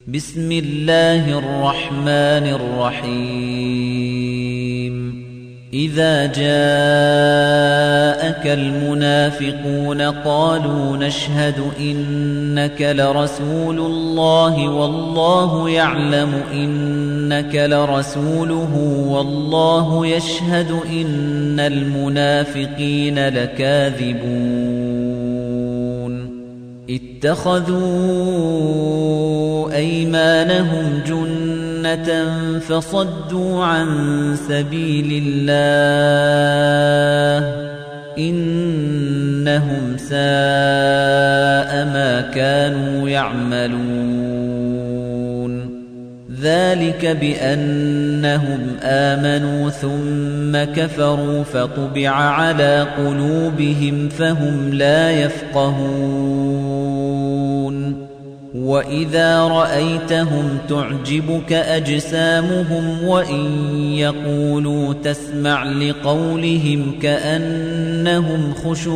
بسم الله الرحمن الرحيم إذا جاءك المنافقون قالوا نشهد إنك لرسول الله والله يعلم إنك لرسوله والله يشهد إن المنافقين لكاذبون اتخذوا أيمانهم جنة فصدوا عن سبيل الله إنهم ساء ما كانوا يعملون ذلك بأنهم آمنوا ثم كفروا فطبع على قلوبهم فهم لا يفقهون وَإِذَا رَأَيْتَهُمْ تُعْجِبُكَ أَجْسَامُهُمْ وَإِن يَقُولُوا تَسْمَعْ لِقَوْلِهِمْ كَأَنَّهُمْ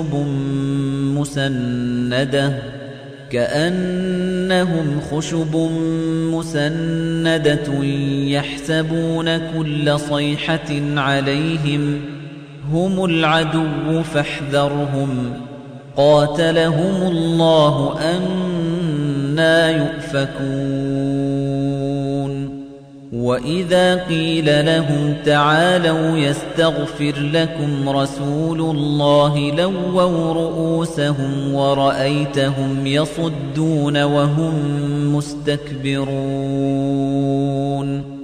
خُشُبٌ مُّسَنَّدَةٌ يَحْسَبُونَ كُلَّ صَيْحَةٍ عَلَيْهِمْ هُمُ الْعَدُوُّ فَاحْذَرْهُمْ قَاتَلَهُمُ اللَّهُ أَنَّىٰ يُؤْفَكُونَ وَإِذَا قِيلَ لَهُمْ تَعَالَوْا يَسْتَغْفِرْ لَكُمْ رَسُولُ اللَّهِ لَوَّوْا رُءُوسَهُمْ وَرَأَيْتَهُمْ يَصُدُّونَ وَهُمْ مُسْتَكْبِرُونَ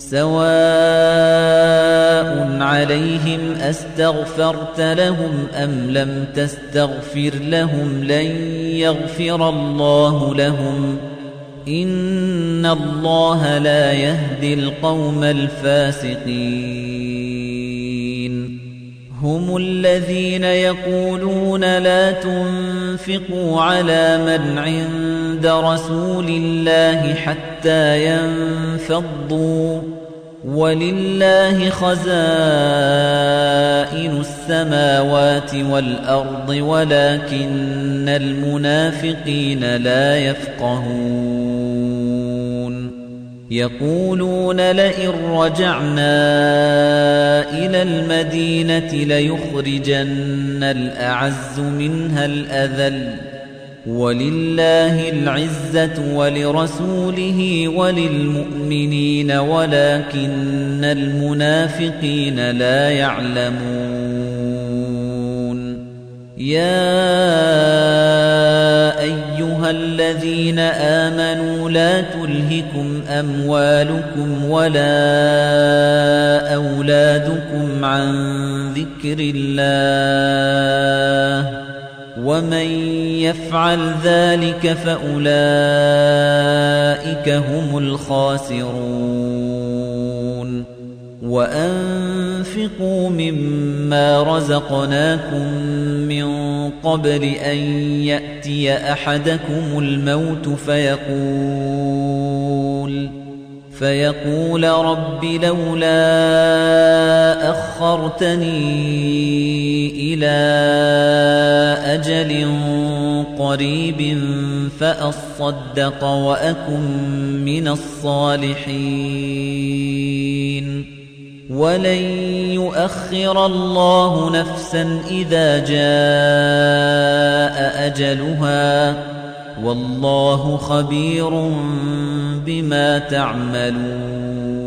سَوَاءٌ عَلَيْهِمْ أَسْتَغْفَرْتَ لَهُمْ أَمْ لَمْ تَسْتَغْفِرْ لَهُمْ لَن يَغْفِرَ اللَّهُ لَهُمْ إِنَّ اللَّهَ لَا يَهْدِي الْقَوْمَ الْفَاسِقِينَ هُمُ الَّذِينَ يَقُولُونَ لَا تُنفِقُوا عَلَى مَنْ عِندَ رَسُولِ اللَّهِ حَتَّى يَنفَضُّوا وَلِلَّهِ خَزَائِنُ السَّمَاوَاتِ وَالْأَرْضِ وَلَكِنَّ الْمُنَافِقِينَ لَا يَفْقَهُونَ يَقُولُونَ لَئِن رَّجَعْنَا إِلَى الْمَدِينَةِ لَيُخْرِجَنَّ الْأَعَزُّ مِنْهَا الْأَذَلَّ وَلِلَّهِ الْعِزَّةُ وَلِرَسُولِهِ وَلِلْمُؤْمِنِينَ وَلَكِنَّ الْمُنَافِقِينَ لَا يَعْلَمُونَ يَا أَيُّهَا الَّذِينَ آمَنُوا لَا تُلْهِكُمْ أَمْوَالُكُمْ وَلَا أَوْلَادُكُمْ عَن ذِكْرِ اللَّهِ وَمَن يَفْعَلْ ذَلِكَ فَأُولَٰئِكَ هُمُ الْخَاسِرُونَ وَأَنفِقُوا مِمَّا رَزَقْنَاكُم مِّن قَبْلِ أَن يَأْتِيَ أَحَدَكُمُ الْمَوْتُ فيقول رَبِّ لَوْلَا أَخَّرْتَنِي إِلَىٰ أَجَلٍ قَرِيبٍ فَأَصَّدَّقَ وَأَكُن مِّنَ الصَّالِحِينَ وَلَن يُؤَخِّرَ اللَّهُ نَفْسًا إِذَا جَاءَ أَجَلُهَا وَاللَّهُ خَبِيرٌ بِمَا تَعْمَلُونَ